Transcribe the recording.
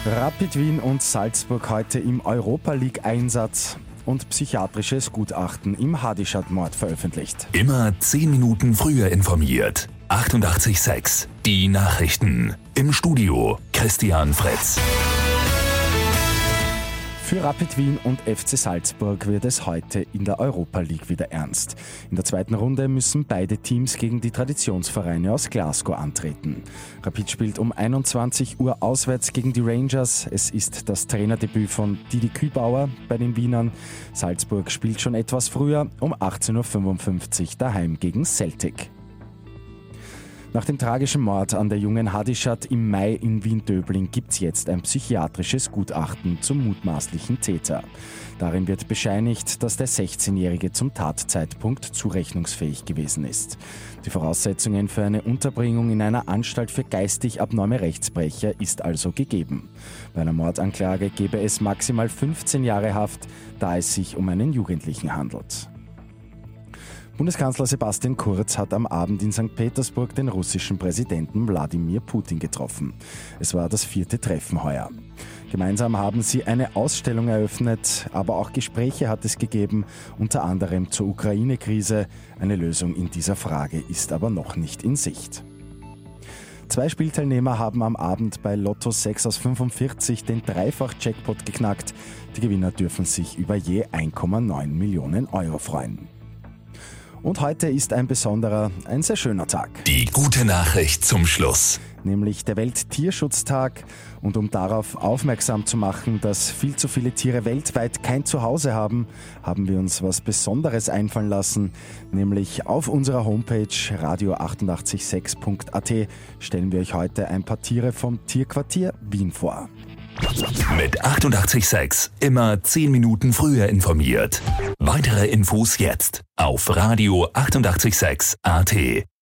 Rapid Wien und Salzburg heute im Europa-League-Einsatz und psychiatrisches Gutachten im Hadishat-Mord veröffentlicht. Immer 10 Minuten früher informiert. 88,6. Die Nachrichten. Im Studio Christian Fritz. Für Rapid Wien und FC Salzburg wird es heute in der Europa League wieder ernst. In der zweiten Runde müssen beide Teams gegen die Traditionsvereine aus Glasgow antreten. Rapid spielt um 21 Uhr auswärts gegen die Rangers. Es ist das Trainerdebüt von Didi Kübauer bei den Wienern. Salzburg spielt schon etwas früher, um 18.55 Uhr daheim gegen Celtic. Nach dem tragischen Mord an der jungen Hadishat im Mai in Wien-Döbling gibt es jetzt ein psychiatrisches Gutachten zum mutmaßlichen Täter. Darin wird bescheinigt, dass der 16-Jährige zum Tatzeitpunkt zurechnungsfähig gewesen ist. Die Voraussetzungen für eine Unterbringung in einer Anstalt für geistig abnorme Rechtsbrecher ist also gegeben. Bei einer Mordanklage gäbe es maximal 15 Jahre Haft, da es sich um einen Jugendlichen handelt. Bundeskanzler Sebastian Kurz hat am Abend in St. Petersburg den russischen Präsidenten Wladimir Putin getroffen. Es war das 4. Treffen heuer. Gemeinsam haben sie eine Ausstellung eröffnet, aber auch Gespräche hat es gegeben, unter anderem zur Ukraine-Krise. Eine Lösung in dieser Frage ist aber noch nicht in Sicht. 2 Spielteilnehmer haben am Abend bei Lotto 6 aus 45 den Dreifach-Jackpot geknackt. Die Gewinner dürfen sich über je 1,9 Millionen Euro freuen. Und heute ist ein besonderer, ein sehr schöner Tag. Die gute Nachricht zum Schluss. Nämlich der Welttierschutztag. Und um darauf aufmerksam zu machen, dass viel zu viele Tiere weltweit kein Zuhause haben, haben wir uns was Besonderes einfallen lassen. Nämlich auf unserer Homepage radio886.at stellen wir euch heute ein paar Tiere vom Tierquartier Wien vor. Mit 88,6 immer 10 Minuten früher informiert. Weitere Infos jetzt auf radio886.at.